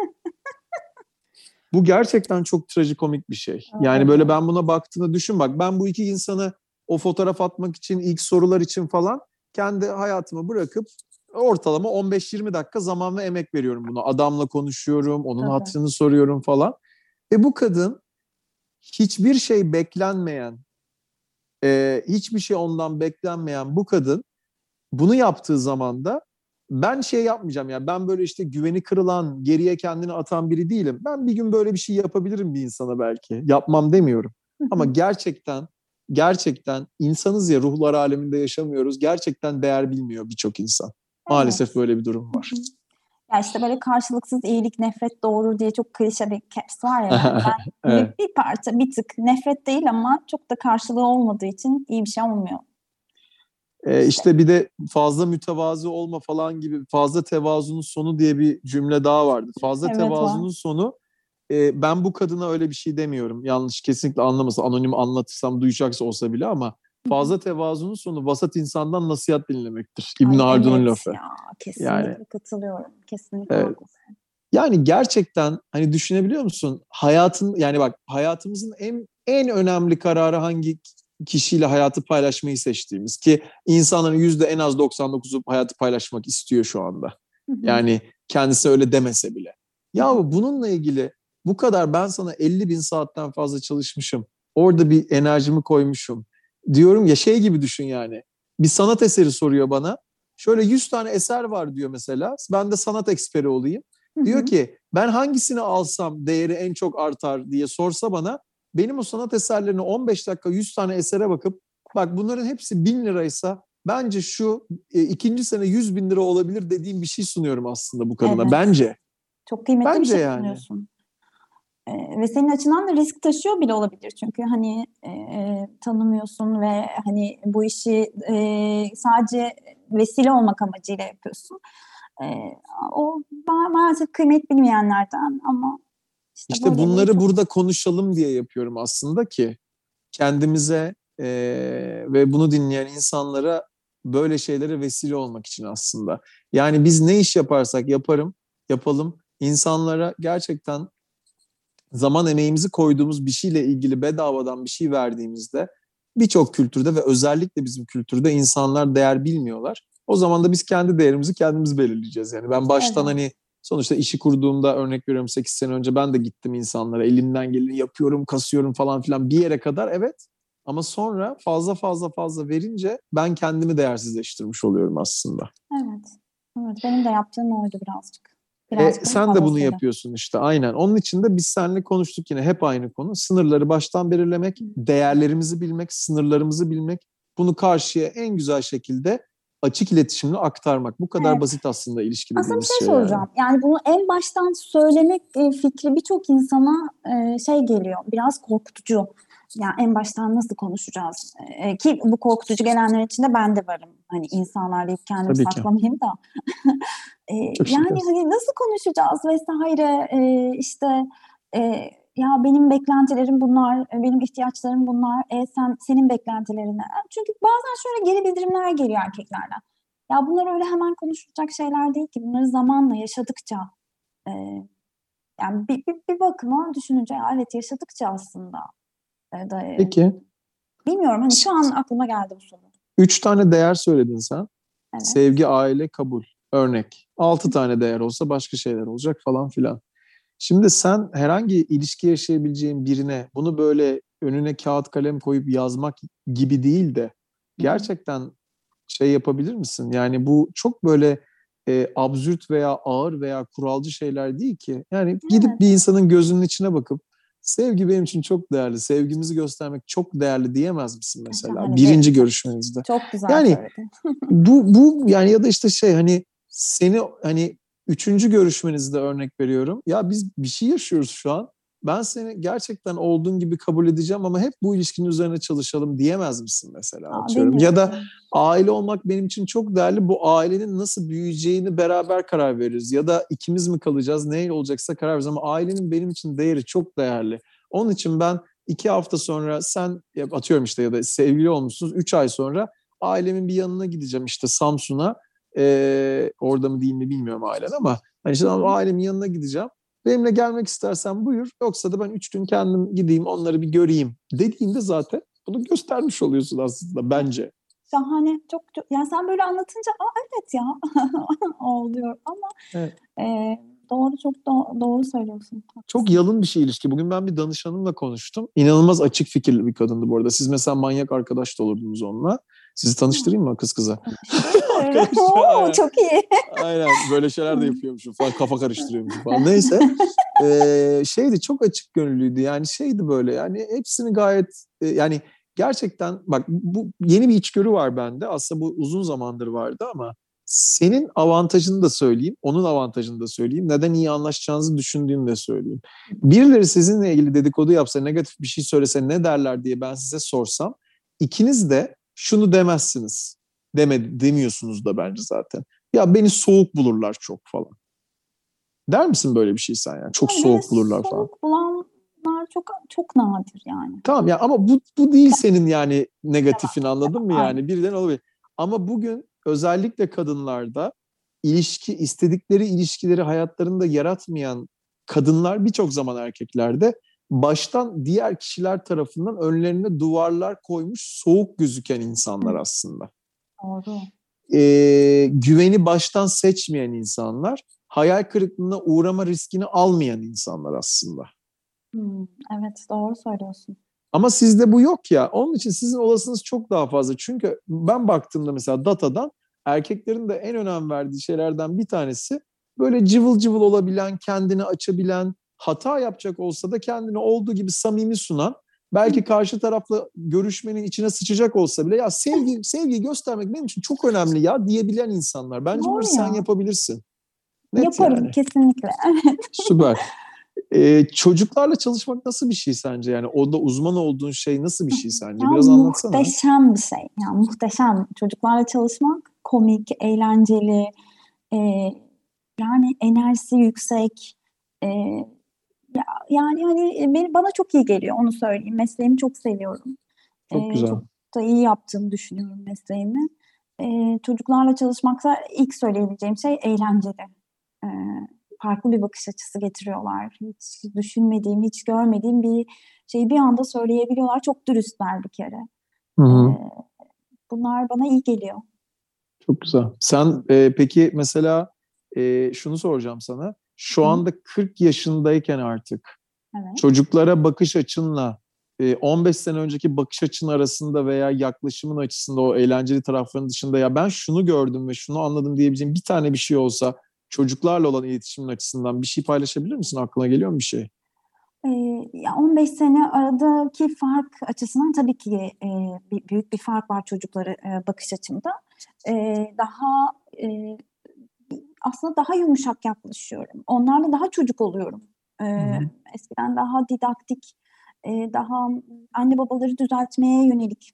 Bu gerçekten çok trajikomik bir şey. Yani böyle ben buna baktığını düşün bak. Ben bu iki insanı o fotoğraf atmak için, ilk sorular için falan kendi hayatımı bırakıp ortalama 15-20 dakika zaman ve emek veriyorum buna. Adamla konuşuyorum, onun hatırını soruyorum falan. Ve bu kadın hiçbir şey beklenmeyen, hiçbir şey ondan beklenmeyen bu kadın bunu yaptığı zaman da ben şey yapmayacağım ya, ben böyle işte güveni kırılan, geriye kendini atan biri değilim. Ben bir gün böyle bir şey yapabilirim bir insana belki. Yapmam demiyorum. Ama gerçekten insanız ya, ruhlar aleminde yaşamıyoruz. Gerçekten değer bilmiyor birçok insan. Maalesef böyle bir durum var. Ya işte böyle karşılıksız iyilik nefret doğurur diye çok klişe bir caps var ya. Yani ben Evet. bir parça, bir tık nefret değil ama çok da karşılığı olmadığı için iyi bir şey olmuyor. İşte bir de fazla mütevazı olma falan gibi, fazla tevazunun sonu diye bir cümle daha vardı. Fazla tevazunun sonu, ben bu kadına öyle bir şey demiyorum. Yanlış kesinlikle anlamasın. Anonim anlatırsam duyacaksa olsa bile ama fazla tevazunun sonu vasat insandan nasihat dinlemektir. İbn Haldun'un lafı. Ya, kesinlikle yani, katılıyorum. Kesinlikle haklısın. Yani gerçekten hani düşünebiliyor musun? Yani bak, hayatımızın en önemli kararı hangi kişiyle hayatı paylaşmayı seçtiğimiz, ki insanların en az 99'u hayatı paylaşmak istiyor şu anda. Yani kendisi öyle demese bile. Ya bununla ilgili bu kadar ben sana 50.000 saatten fazla çalışmışım. Orada bir enerjimi koymuşum. Diyorum ya, şey gibi düşün yani. Bir sanat eseri soruyor bana. Şöyle 100 tane eser var diyor mesela. Ben de sanat eksperi olayım. Diyor ki ben hangisini alsam değeri en çok artar diye sorsa bana, benim o sanat eserlerini 15 dakika 100 tane esere bakıp bak bunların hepsi 1.000 liraysa bence şu ikinci sene 100.000 lira olabilir dediğim bir şey sunuyorum aslında bu kadına. Evet. Bence. Çok kıymetli bir şey yani. sunuyorsun. Ve senin açından da risk taşıyor bile olabilir. Çünkü hani tanımıyorsun ve hani bu işi sadece vesile olmak amacıyla yapıyorsun. O maalesef kıymet bilmeyenlerden ama işte bunları burada konuşalım diye yapıyorum aslında ki kendimize ve bunu dinleyen insanlara böyle şeylere vesile olmak için aslında. Yani biz ne iş yaparsak yapalım insanlara gerçekten zaman emeğimizi koyduğumuz bir şeyle ilgili bedavadan bir şey verdiğimizde birçok kültürde ve özellikle bizim kültürde insanlar değer bilmiyorlar. O zaman da biz kendi değerimizi kendimiz belirleyeceğiz. Yani ben baştan hani sonuçta işi kurduğumda, örnek veriyorum 8 sene önce ben de gittim insanlara, elimden geleni yapıyorum, kasıyorum falan filan bir yere kadar, evet. Ama sonra fazla verince ben kendimi değersizleştirmiş oluyorum aslında. Evet. Benim de yaptığım oydu birazcık. Sen de bunu yapıyorsun işte, aynen. Onun için de biz seninle konuştuk yine, hep aynı konu. Sınırları baştan belirlemek, değerlerimizi bilmek, sınırlarımızı bilmek. Bunu karşıya en güzel şekilde açık iletişimle aktarmak. Bu kadar Evet. basit aslında ilişki Aslında bir dediğimiz şey şey yani. soracağım. Yani bunu en baştan söylemek fikri birçok insana şey geliyor, biraz korkutucu. Yani en baştan nasıl konuşacağız? Ki bu korkutucu gelenler içinde ben de varım. Hani insanlar deyip kendimi Tabii ki. saklamayayım da. Çok Yani şekersin. hani nasıl konuşacağız vesaire, işte e, ya benim beklentilerim bunlar, benim ihtiyaçlarım bunlar, senin beklentilerin ne? Çünkü bazen şöyle geri bildirimler geliyor erkeklerden. Ya bunlar öyle hemen konuşulacak şeyler değil ki. Bunları zamanla yaşadıkça, e, yani bir bakıma düşününce evet yaşadıkça aslında Peki. bilmiyorum, hani şu an aklıma geldi bu soru. 3 tane değer söyledin sen. Evet. Sevgi, aile, kabul. Örnek. 6 tane değer olsa başka şeyler olacak falan filan. Şimdi sen herhangi ilişki yaşayabileceğin birine bunu böyle önüne kağıt kalem koyup yazmak gibi değil de gerçekten şey yapabilir misin? Yani bu çok böyle absürt veya ağır veya kuralcı şeyler değil ki. Yani gidip Evet. bir insanın gözünün içine bakıp sevgi benim için çok değerli, sevgimizi göstermek çok değerli diyemez misin mesela Şahane birinci çok, görüşmenizde? çok güzel Yani söyledin. bu yani ya da işte şey hani seni hani üçüncü görüşmenizde örnek veriyorum. Ya biz bir şey yaşıyoruz şu an. Ben seni gerçekten olduğun gibi kabul edeceğim ama hep bu ilişkinin üzerine çalışalım diyemez misin mesela atıyorum. Ya da Demiyorum. aile olmak benim için çok değerli. Bu ailenin nasıl büyüyeceğini beraber karar veririz. Ya da ikimiz mi kalacağız, ne olacaksa karar veririz. Ama ailenin benim için değeri çok değerli. Onun için ben 2 hafta sonra sen atıyorum işte ya da sevgili olmuşsunuz 3 ay sonra ailemin bir yanına gideceğim işte Samsun'a. Orada mı değil mi bilmiyorum ailen ama hani işte ailemin yanına gideceğim. Benimle gelmek istersen buyur. Yoksa da ben 3 gün kendim gideyim onları bir göreyim dediğinde zaten bunu göstermiş oluyorsun aslında bence. Şahane. Çok, yani sen böyle anlatınca evet ya oluyor ama Evet. doğru, çok doğru söylüyorsun. Çok Haklısın. yalın bir şey ilişki. Bugün ben bir danışanımla konuştum. İnanılmaz açık fikirli bir kadındı bu arada. Siz mesela manyak arkadaş da olurdunuz onunla. Sizi tanıştırayım mı kız kıza? Tanıştır. Arkadaşlar Oo, aynen. çok iyi. Aynen böyle şeyler de yapıyormuşum falan kafa karıştırıyormuşum falan neyse şeydi çok açık gönüllüydü yani şeydi böyle yani hepsini gayet yani gerçekten bak bu yeni bir içgörü var bende aslında bu uzun zamandır vardı ama senin avantajını da söyleyeyim onun avantajını da söyleyeyim neden iyi anlaşacağınızı düşündüğümü de söyleyeyim. Birileri sizinle ilgili dedikodu yapsa negatif bir şey söylese ne derler diye ben size sorsam ikiniz de şunu demezsiniz demiyorsunuz da bence zaten. Ya beni soğuk bulurlar çok falan. Der misin böyle bir şey sen yani? Çok Yani beni soğuk bulurlar falan. soğuk bulanlar çok çok nadir yani. Tamam ya ama bu değil senin yani negatifin anladın mı Aynen. yani? Birden olabilir. Ama bugün özellikle kadınlarda istedikleri ilişkileri hayatlarında yaratmayan kadınlar birçok zaman erkeklerde baştan diğer kişiler tarafından önlerine duvarlar koymuş soğuk gözüken insanlar Hı, aslında. doğru. Güveni baştan seçmeyen insanlar, hayal kırıklığına uğrama riskini almayan insanlar aslında. Evet, doğru söylüyorsun. Ama sizde bu yok ya. Onun için sizin olasılığınız çok daha fazla. Çünkü ben baktığımda mesela datadan erkeklerin de en önem verdiği şeylerden bir tanesi böyle cıvıl cıvıl olabilen, kendini açabilen, hata yapacak olsa da kendini olduğu gibi samimi sunan, belki karşı tarafla görüşmenin içine sıçacak olsa bile ya sevgi göstermek benim için çok önemli ya diyebilen insanlar. Bence bunları Doğru sen ya. yapabilirsin. Net Yaparım yani. kesinlikle. Süper. Çocuklarla çalışmak nasıl bir şey sence? Yani onda uzman olduğun şey nasıl bir şey Ya sence? Biraz anlatsana. muhteşem bir şey. Yani muhteşem. Çocuklarla çalışmak komik, eğlenceli, e, yani enerjisi yüksek. E, yani hani bana çok iyi geliyor, onu söyleyeyim. Mesleğimi çok seviyorum. Çok güzel. Çok da iyi yaptığımı düşünüyorum mesleğimi. Çocuklarla çalışmakta ilk söyleyebileceğim şey eğlenceli. E, Farklı bir bakış açısı getiriyorlar. Hiç düşünmediğim, hiç görmediğim bir şeyi bir anda söyleyebiliyorlar. Çok dürüstler bir kere. Hı E, hı. Bunlar bana iyi geliyor. Çok güzel. Sen peki mesela şunu soracağım sana. Şu Hı, anda 40 yaşındayken artık evet. çocuklara bakış açınla 15 sene önceki bakış açın arasında veya yaklaşımın açısında o eğlenceli tarafların dışında ya ben şunu gördüm ve şunu anladım diyebileceğim bir tane bir şey olsa çocuklarla olan iletişimin açısından bir şey paylaşabilir misin? Aklına geliyor mu bir şey? Ee, Ya 15 sene aradaki fark açısından tabii ki büyük bir fark var çocuklara bakış açımda. daha aslında daha yumuşak yaklaşıyorum. Onlarla daha çocuk oluyorum. Eskiden daha didaktik, daha anne babaları düzeltmeye yönelik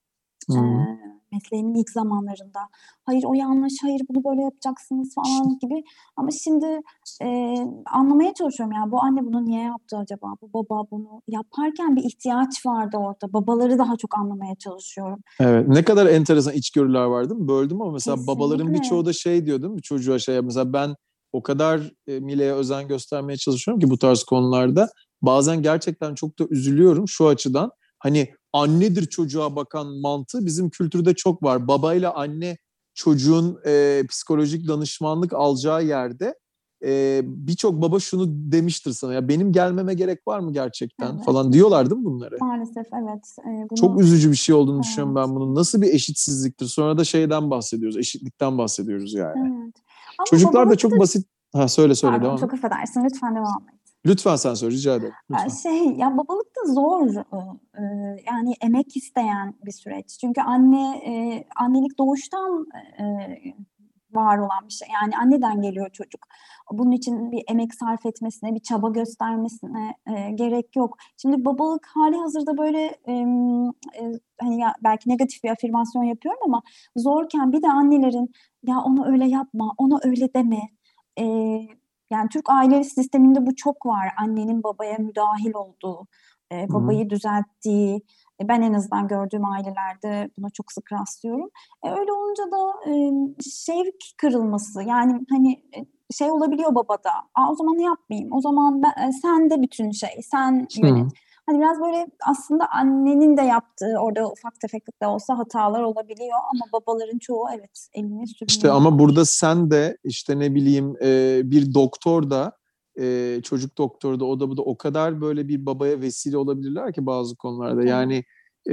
mesleğimin ilk zamanlarında. Hayır o yanlış, hayır bunu böyle yapacaksınız falan gibi. Ama şimdi anlamaya çalışıyorum yani bu anne bunu niye yaptı acaba? Bu baba bunu yaparken bir ihtiyaç vardı orada. Babaları daha çok anlamaya çalışıyorum. Evet. Ne kadar enteresan içgörüler var değil mi? Böldüm ama mesela Kesinlikle. babaların birçoğu da şey diyor değil mi? Çocuğa mesela ben o kadar Mile'ye özen göstermeye çalışıyorum ki bu tarz konularda. Bazen gerçekten çok da üzülüyorum şu açıdan. Hani annedir çocuğa bakan mantığı bizim kültürde çok var. Babayla anne çocuğun psikolojik danışmanlık alacağı yerde birçok baba şunu demiştir sana. Ya benim gelmeme gerek var mı gerçekten falan diyorlar değil mi bunları? Maalesef evet. Çok üzücü bir şey olduğunu düşünüyorum ben bunun. Nasıl bir eşitsizliktir? Sonra da şeyden bahsediyoruz, eşitlikten bahsediyoruz yani. Evet. Ama Çocuklar da çok basit... Söyle Pardon, devam et. çok affedersin. Lütfen devam et. Lütfen sen söyle, rica ederim. Lütfen. Ya babalık da zor. Yani emek isteyen bir süreç. Çünkü annelik doğuştan var olan bir şey. Yani anneden geliyor çocuk. Bunun için bir emek sarf etmesine, bir çaba göstermesine gerek yok. Şimdi babalık hali hazırda böyle hani ya belki negatif bir afirmasyon yapıyorum ama zorken bir de annelerin ya onu öyle yapma, ona öyle deme. Yani Türk aile sisteminde bu çok var. Annenin babaya müdahil olduğu, babayı düzelttiği. Ben en azından gördüğüm ailelerde buna çok sık rastlıyorum. Öyle olunca da şevk kırılması. Yani hani şey olabiliyor babada. O zaman yapmayayım. O zaman sen de bütün sen yönet. Hani biraz böyle aslında annenin de yaptığı orada ufak tefek de olsa hatalar olabiliyor ama babaların çoğu evet elini sürmüyor. İşte ama burada sen de işte ne bileyim bir doktor da çocuk doktoru da o da bu da o kadar böyle bir babaya vesile olabilirler ki bazı konularda. Yani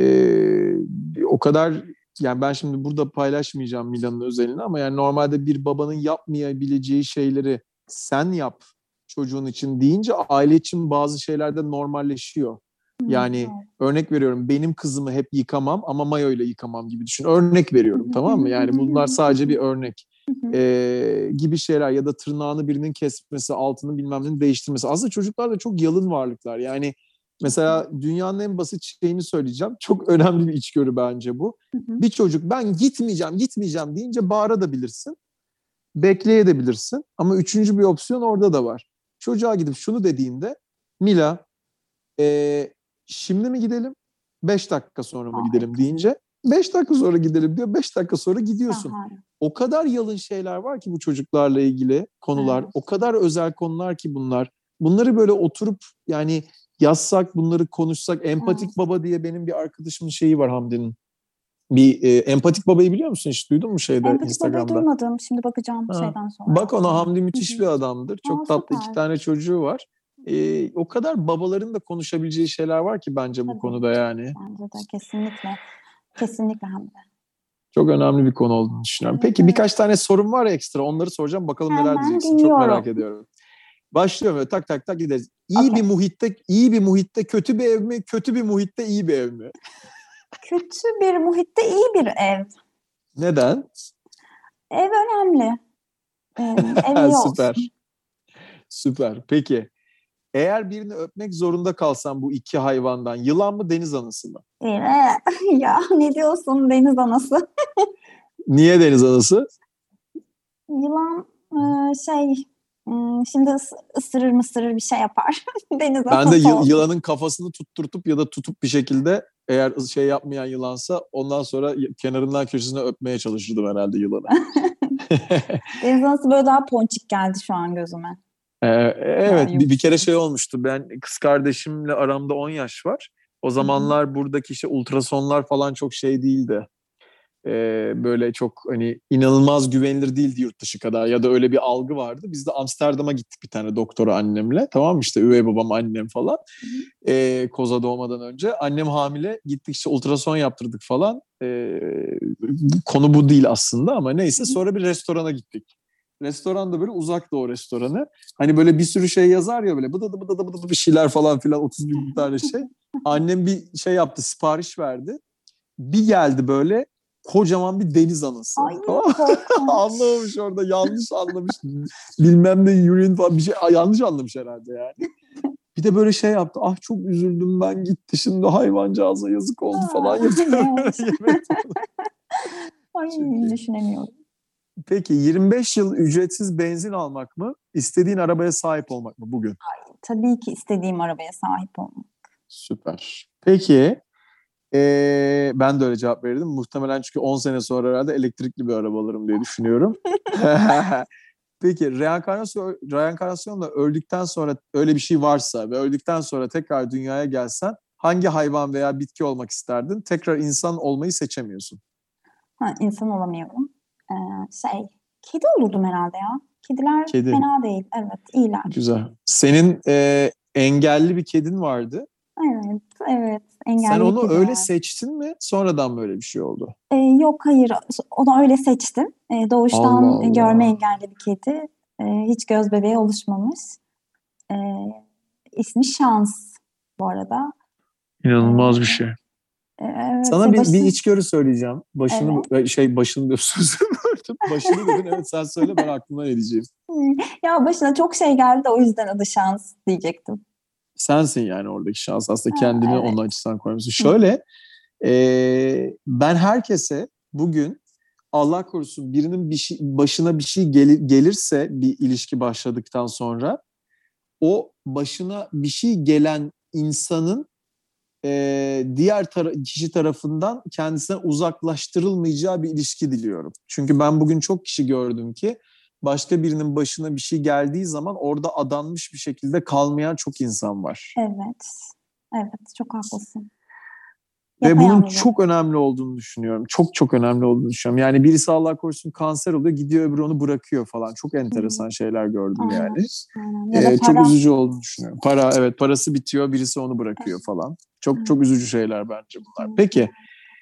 o kadar yani ben şimdi burada paylaşmayacağım Milan'ın özelini ama yani normalde bir babanın yapmayabileceği şeyleri sen yap çocuğun için deyince aile için bazı şeylerde normalleşiyor. Yani örnek veriyorum benim kızımı hep yıkamam ama mayo ile yıkamam gibi düşün. Örnek veriyorum tamam mı? Yani bunlar sadece bir örnek gibi şeyler ya da tırnağını birinin kesmesi, altını bilmem ne değiştirmesi. Aslında çocuklar da çok yalın varlıklar. Yani mesela dünyanın en basit şeyini söyleyeceğim. Çok önemli bir içgörü bence bu. Bir çocuk ben gitmeyeceğim deyince bağırabilirsin. Bekleyebilirsin. Ama üçüncü bir opsiyon orada da var. Çocuğa gidip şunu dediğinde Mila şimdi mi gidelim? 5 dakika sonra mı gidelim deyince 5 dakika sonra gidelim diyor. 5 dakika sonra gidiyorsun. O kadar yalın şeyler var ki bu çocuklarla ilgili konular. O kadar özel konular ki bunlar. Bunları böyle oturup yani yazsak, bunları konuşsak. Empatik Baba diye benim bir arkadaşımın şeyi var Hamdi'nin. Bir empatik babayı biliyor musun? Hiç duydun mu Empatik babayı Instagram'da? duymadım. Şimdi bakacağım şeyden sonra. Bak ona Hamdi müthiş bir adamdır. Çok tatlı süper. 2 tane çocuğu var. O kadar babaların da konuşabileceği şeyler var ki bence bu konuda yani. Bence de kesinlikle. Kesinlikle Hamdi. Çok önemli bir konu olduğunu düşünüyorum. Peki birkaç tane sorum var ya ekstra. Onları soracağım. Bakalım neler diyeceksin. Dinliyorum. Çok merak ediyorum. Başlıyorum böyle tak tak tak gideriz. İyi bir muhitte kötü bir ev mi? Kötü bir muhitte iyi bir ev mi? Kötü bir muhitte iyi bir ev. Neden? Ev önemli. Ev iyi olsun. Süper. Süper. Peki. Eğer birini öpmek zorunda kalsan bu iki hayvandan yılan mı deniz anası mı? Ya ne diyorsun deniz anası? Niye deniz anası? Yılan şimdi ısırır bir şey yapar. Deniz ben de anası yılanın kafasını tutturtup ya da tutup bir şekilde eğer şey yapmayan yılansa ondan sonra kenarından köşesine öpmeye çalışırdım herhalde yılanı. Deniz anası böyle daha ponçik geldi şu an gözüme. Evet bir kere şey olmuştu. Ben kız kardeşimle aramda 10 yaş var. O zamanlar buradaki işte ultrasonlar falan çok şey değildi. Böyle çok hani inanılmaz güvenilir değildi yurt dışı kadar ya da öyle bir algı vardı. Biz de Amsterdam'a gittik bir tane doktora annemle. Tamam mı işte üvey babam annem falan. Koza doğmadan önce. Annem hamile gittik işte ultrason yaptırdık falan. Konu bu değil aslında ama neyse sonra bir restorana gittik. Restoran da böyle uzak doğu restoranı. Hani böyle bir sürü şey yazar ya böyle bıdı bir şeyler falan filan 30 bin tane şey. Annem bir şey yaptı sipariş verdi. Bir geldi böyle kocaman bir deniz anası. Ay Tamam mı? korkunç. Anlamamış orada, yanlış anlamış. Bilmem ne urine falan bir şey yanlış anlamış herhalde yani. Bir de böyle şey yaptı. Ah çok üzüldüm ben, gitti şimdi hayvancağıza yazık oldu falan yapıyor. Ne olmuş? Yemekte. Ay Çok iyi. düşünemiyorum. Peki 25 yıl ücretsiz benzin almak mı? İstediğin arabaya sahip olmak mı bugün? Tabii ki istediğim arabaya sahip olmak. Süper. Peki ben de öyle cevap verirdim. Muhtemelen çünkü 10 sene sonra herhalde elektrikli bir araba alırım diye düşünüyorum. Peki reenkarnasyonla öldükten sonra öyle bir şey varsa ve öldükten sonra tekrar dünyaya gelsen hangi hayvan veya bitki olmak isterdin? Tekrar insan olmayı seçemiyorsun. İnsan olamıyorum. Kedi olurdum herhalde ya. Kediler Kedi. fena değil. Evet, iyiler. Güzel. Senin engelli bir kedin vardı. Evet, evet. Engelli Sen bir onu kedi öyle var. seçtin mi? Sonradan böyle bir şey oldu. Yok, hayır. Onu öyle seçtim. Doğuştan Allah Allah. görme engelli bir kedi. Hiç göz bebeği oluşmamış. Ee, ismi Şans bu arada. İnanılmaz bir şey. Evet, Sana bir içgörü söyleyeceğim. Başını diyor sözü böldüm. Başını dedin, evet sen söyle, ben aklımdan edeceğim. Ya başına çok şey geldi de o yüzden adı Şans diyecektim. Sensin yani oradaki şans, aslında kendini Evet. onun açısından koymuşsun. Şöyle ben herkese bugün Allah korusun birinin başına bir şey gelirse bir ilişki başladıktan sonra o başına bir şey gelen insanın diğer kişi tarafından kendisine uzaklaştırılmayacağı bir ilişki diliyorum. Çünkü ben bugün çok kişi gördüm ki başka birinin başına bir şey geldiği zaman orada adanmış bir şekilde kalmayan çok insan var. Evet. Evet, çok haklısın. Ve bunun Yapayalnız çok önemli olduğunu düşünüyorum. Çok çok önemli olduğunu düşünüyorum. Yani birisi Allah korusun kanser oluyor, gidiyor öbürü onu bırakıyor falan. Çok enteresan şeyler gördüm Aynen, yani. aynen. Ya da Çok para. üzücü olduğunu düşünüyorum. Parası bitiyor, birisi onu bırakıyor falan. Çok çok üzücü şeyler bence bunlar. Peki,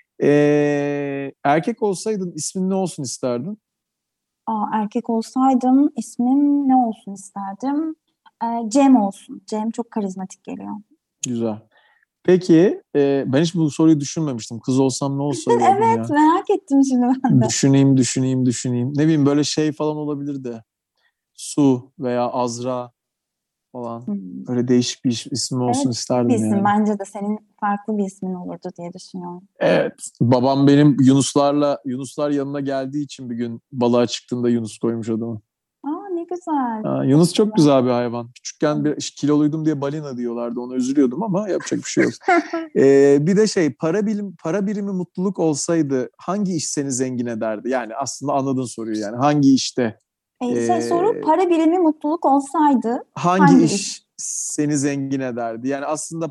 erkek olsaydın ismin ne olsun isterdin? Erkek olsaydım ismim ne olsun isterdim? Cem olsun. Cem çok karizmatik geliyor. Güzel. Peki, ben hiç bu soruyu düşünmemiştim. Kız olsam ne olsa diyordum Evet, ya. merak ettim şimdi ben de. Düşüneyim. Ne bileyim, böyle şey falan olabilir de. Su veya Azra falan. Öyle değişik bir isim Evet, olsun bir isterdim isim. yani. Bence de senin farklı bir ismin olurdu diye düşünüyorum. Evet. Babam benim Yunuslar yanına geldiği için bir gün balığa çıktığında Yunus koymuş adamı. Ne güzel. Yunus çok güzel bir hayvan. Küçükken bir kiloluydum diye balina diyorlardı. Ona üzülüyordum ama yapacak bir şey yok. Bir de para birimi mutluluk olsaydı hangi iş seni zengin ederdi? Yani aslında anladın soruyu yani. Hangi işte? Soru para birimi mutluluk olsaydı Hangi iş seni zengin ederdi? Yani aslında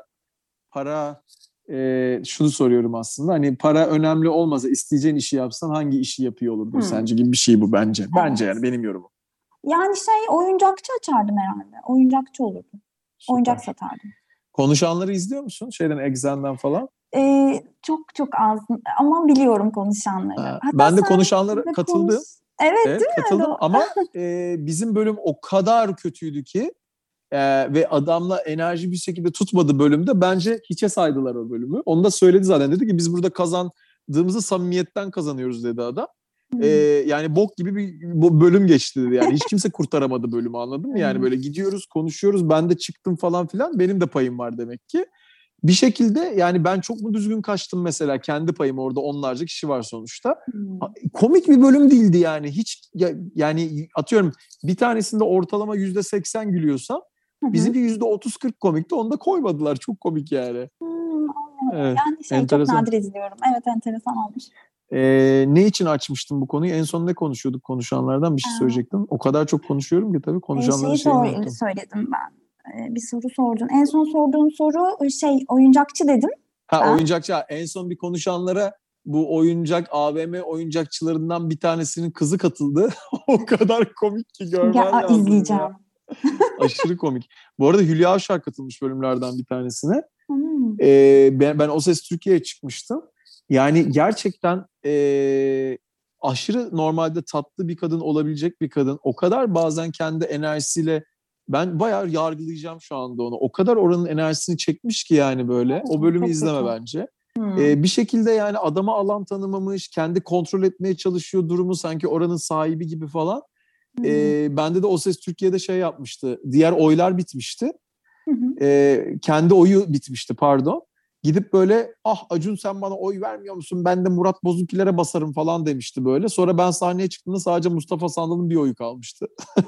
para şunu soruyorum aslında. Hani para önemli olmasa isteyeceğin işi yapsan hangi işi yapıyor olurdun sence gibi bir şey bu bence. Bence yani benim yorumum. Yani oyuncakçı açardım herhalde. Oyuncakçı olurdum. Süper. Oyuncak satardım. Konuşanları izliyor musun? Exxen'den falan. Çok çok az ama biliyorum konuşanları. Hatta Ben de sen konuşanlara de katıldım. Evet, Evet, değil mi? katıldım ama bizim bölüm o kadar kötüydü ki ve adamla enerji bir şekilde tutmadı bölümde. Bence hiçe saydılar o bölümü. Onu da söyledi zaten. Dedi ki biz burada kazandığımızı samimiyetten kazanıyoruz dedi adam. Yani bok gibi bir bölüm geçti dedi. Yani hiç kimse kurtaramadı bölümü, anladın mı? Yani böyle gidiyoruz, konuşuyoruz. Ben de çıktım falan filan. Benim de payım var demek ki. Bir şekilde yani ben çok mu düzgün kaçtım mesela, kendi payım, orada onlarca kişi var sonuçta. Komik bir bölüm değildi yani. Hiç yani atıyorum bir tanesinde ortalama %80 gülüyorsam bizimki %30-40 komikti. Onu da koymadılar. Çok komik yani. Evet, Yani çok enteresan. nadir izliyorum. Evet, enteresan olmuş. Ne için açmıştım bu konuyu? En son ne konuşuyorduk konuşanlardan? Bir şey söyleyecektim. O kadar çok konuşuyorum ki tabii konuşanların şeyini unuttum. Söyledim ben. Bir soru sordun. En son sorduğum soru oyuncakçı dedim. Oyuncakçı. En son bir konuşanlara bu AVM oyuncakçılarından bir tanesinin kızı katıldı. O kadar komik ki görmen lazım. İzleyeceğim. Ya. Aşırı komik. Bu arada Hülya Avşar katılmış bölümlerden bir tanesine. Ben O Ses Türkiye'ye çıkmıştım. Yani gerçekten aşırı normalde tatlı bir kadın olabilecek bir kadın. O kadar bazen kendi enerjisiyle, ben bayağı yargılayacağım şu anda onu. O kadar oranın enerjisini çekmiş ki yani böyle. O bölümü izleme bence. Bir şekilde yani adama alan tanımamış, kendi kontrol etmeye çalışıyor durumu, sanki oranın sahibi gibi falan. Bende de O Ses Türkiye'de şey yapmıştı. Diğer oylar bitmişti. Kendi oyu bitmişti, pardon. Gidip böyle Acun sen bana oy vermiyor musun? Ben de Murat Bozukilere basarım falan demişti böyle. Sonra ben sahneye çıktığımda sadece Mustafa Sandal'ın bir oyu kalmıştı.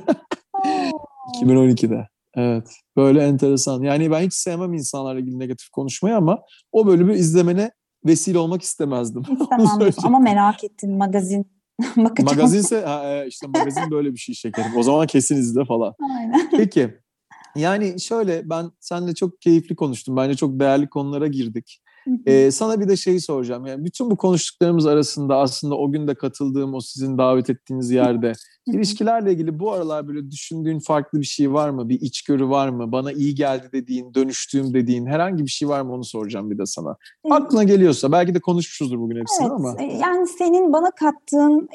2012'de. Evet. Böyle enteresan. Yani ben hiç sevmem insanlarla ilgili negatif konuşmayı ama o bölümü izlemene vesile olmak istemezdim. İstemem diyorsun ama merak ettim, magazin bakacağım. Magazinse işte magazin böyle bir şey şekerim. O zaman kesin izle falan. Aynen. Peki. Yani şöyle, ben seninle çok keyifli konuştum. Bence çok değerli konulara girdik. Sana bir de şeyi soracağım. Yani bütün bu konuştuklarımız arasında aslında o gün de katıldığım o sizin davet ettiğiniz yerde ilişkilerle ilgili bu aralar böyle düşündüğün farklı bir şey var mı? Bir içgörü var mı? Bana iyi geldi dediğin, dönüştüğüm dediğin herhangi bir şey var mı, onu soracağım bir de sana. Aklına geliyorsa, belki de konuşmuşuzdur bugün hepsini ama. Yani senin bana kattığın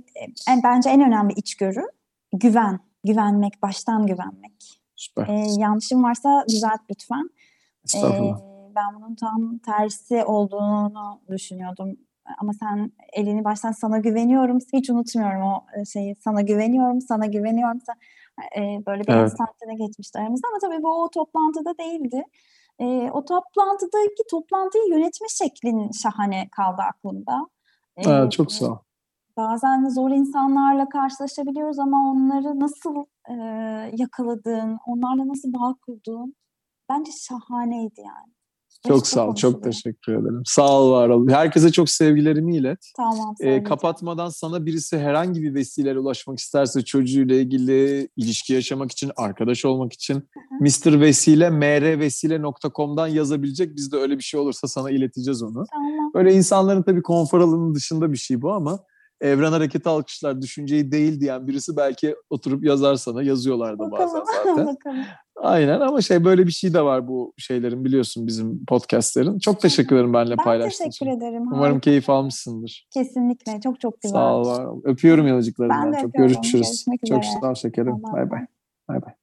bence en önemli içgörü güven. Güvenmek, baştan güvenmek. Süper. Yanlışım varsa düzelt lütfen. Estağfurullah. Ben bunun tam tersi olduğunu düşünüyordum. Ama sen elini baştan sana güveniyorum. Hiç unutmuyorum o şeyi. Sana güveniyorum, sana güveniyorum. Böyle biraz saatine geçmişti aramızda ama tabii bu o toplantıda değildi. O toplantıdaki toplantıyı yönetme şeklin şahane kaldı aklımda. Çok sağ ol. Bazen zor insanlarla karşılaşabiliyoruz ama onları nasıl yakaladığın, onlarla nasıl bağ kurduğun bence şahaneydi yani. Çok sağ ol, çok teşekkür ederim. Sağ ol, var ol. Herkese çok sevgilerimi ilet. Tamam, kapatmadan sana birisi herhangi bir vesileyle ulaşmak isterse, çocuğuyla ilgili, ilişki yaşamak için, arkadaş olmak için Mr. Vesile, mrvesile.com'dan yazabilecek. Biz de öyle bir şey olursa sana ileteceğiz onu. Tamam. Böyle insanların tabii konfor alanının dışında bir şey bu ama Evren Hareketi Alkışlar düşünceyi değil diyen birisi belki oturup yazar sana. Yazıyorlar da bazen zaten. Bakalım. Aynen, ama böyle bir şey de var bu şeylerin, biliyorsun, bizim podcastlerin. Çok teşekkür ederim benimle paylaştığın için. Ben teşekkür ederim. Umarım keyif almışsındır. Kesinlikle. Çok çok güzel. Sağ ol, var ol. Öpüyorum yanıcıklarından. Ben de çok öpüyorum. Görüşürüz. Görüşmek çok üzere. sağ ol şekerim. Bay bay. Bay bay.